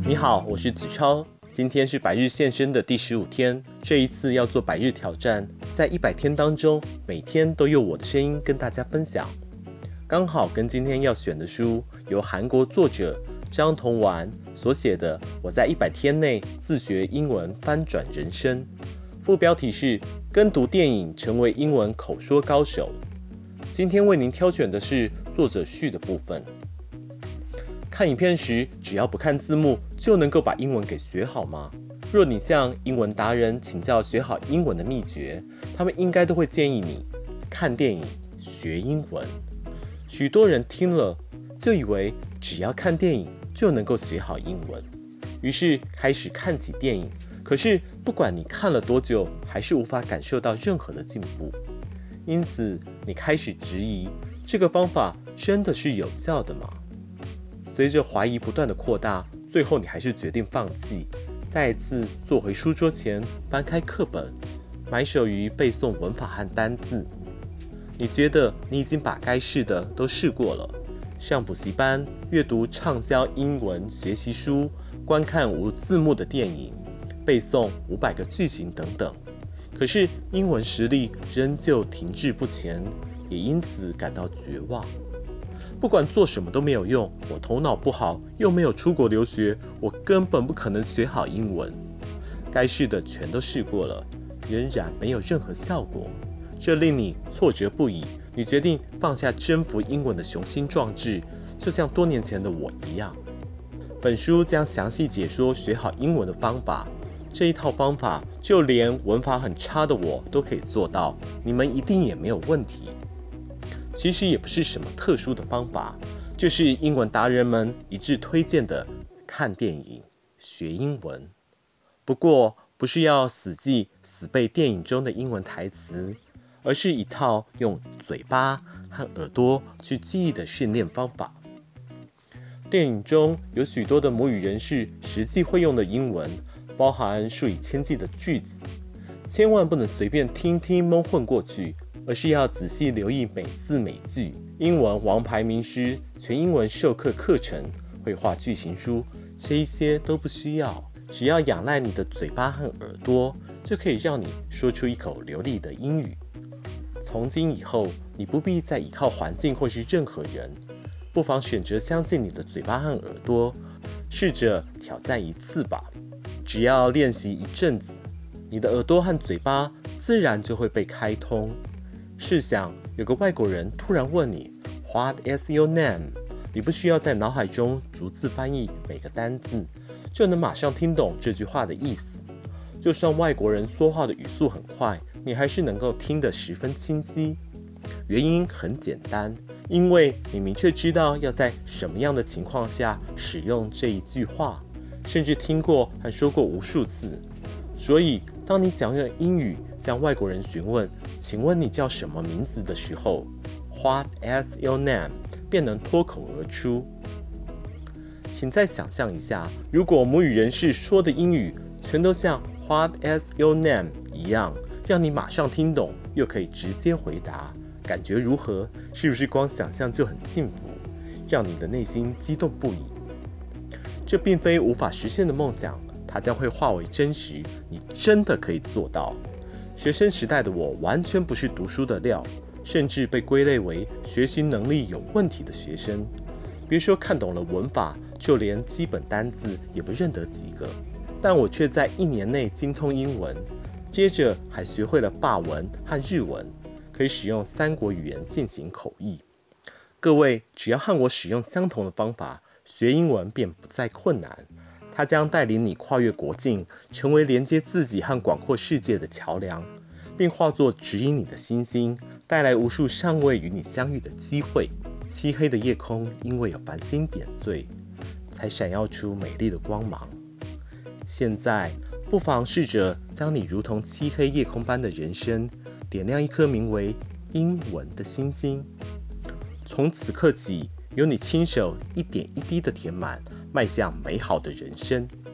你好，我是子超。今天是百日献身的第15天，这一次要做百日挑战，在100天当中，每天都用我的声音跟大家分享。刚好跟今天要选的书，由韩国作者张同完所写的《我在100天内自学英文翻转人生》，副标题是跟读电影成为英文口说高手。今天为您挑选的是作者序的部分。看影片时，只要不看字幕就能够把英文给学好吗？若你向英文达人请教学好英文的秘诀，他们应该都会建议你看电影学英文。许多人听了就以为只要看电影就能够学好英文，于是开始看起电影。可是不管你看了多久，还是无法感受到任何的进步。因此，你开始质疑这个方法真的是有效的吗？随着怀疑不断的扩大，最后你还是决定放弃，再一次坐回书桌前，翻开课本，埋首于背诵文法和单字。你觉得你已经把该试的都试过了，上补习班、阅读畅销英文学习书、观看无字幕的电影、背诵500个句型等等。可是英文实力仍旧停滞不前，也因此感到绝望。不管做什么都没有用，我头脑不好，又没有出国留学，我根本不可能学好英文。该试的全都试过了，仍然没有任何效果，这令你挫折不已。你决定放下征服英文的雄心壮志，就像多年前的我一样。本书将详细解说学好英文的方法，这一套方法就连文法很差的我都可以做到，你们一定也没有问题。其实也不是什么特殊的方法，就是英文达人们一致推荐的看电影学英文。不过不是要死记死背电影中的英文台词，而是一套用嘴巴和耳朵去记忆的训练方法。电影中有许多的母语人士实际会用的英文，包含数以千计的句子，千万不能随便听听蒙混过去，而是要仔细留意每字每句。英文王牌名师、全英文授课课程、绘画句型书，这一些都不需要，只要仰赖你的嘴巴和耳朵，就可以让你说出一口流利的英语。从今以后，你不必再依靠环境或是任何人，不妨选择相信你的嘴巴和耳朵，试着挑战一次吧。只要练习一阵子，你的耳朵和嘴巴自然就会被开通。试想，有个外国人突然问你 What is your name？ 你不需要在脑海中逐字翻译每个单字，就能马上听懂这句话的意思。就算外国人说话的语速很快，你还是能够听得十分清晰。原因很简单，因为你明确知道要在什么样的情况下使用这一句话，甚至听过和说过无数次。所以当你想用英语向外国人询问请问你叫什么名字的时候， What is your name 便能脱口而出。请再想象一下，如果母语人士说的英语全都像 What is your name 一样，让你马上听懂又可以直接回答，感觉如何？是不是光想象就很幸福，让你的内心激动不已？这并非无法实现的梦想，它将会化为真实，你真的可以做到。学生时代的我完全不是读书的料，甚至被归类为学习能力有问题的学生。别说看懂了文法，就连基本单字也不认得几个。但我却在1年内精通英文，接着还学会了法文和日文，可以使用3国语言进行口译。各位，只要和我使用相同的方法，学英文便不再困难。它将带领你跨越国境，成为连接自己和广阔世界的桥梁，并化作指引你的星星，带来无数尚未与你相遇的机会。漆黑的夜空因为有繁星点缀，才闪耀出美丽的光芒。现在，不妨试着将你如同漆黑夜空般的人生，点亮一颗名为英文的星星。从此刻起，由你亲手一点一滴的填满，迈向美好的人生。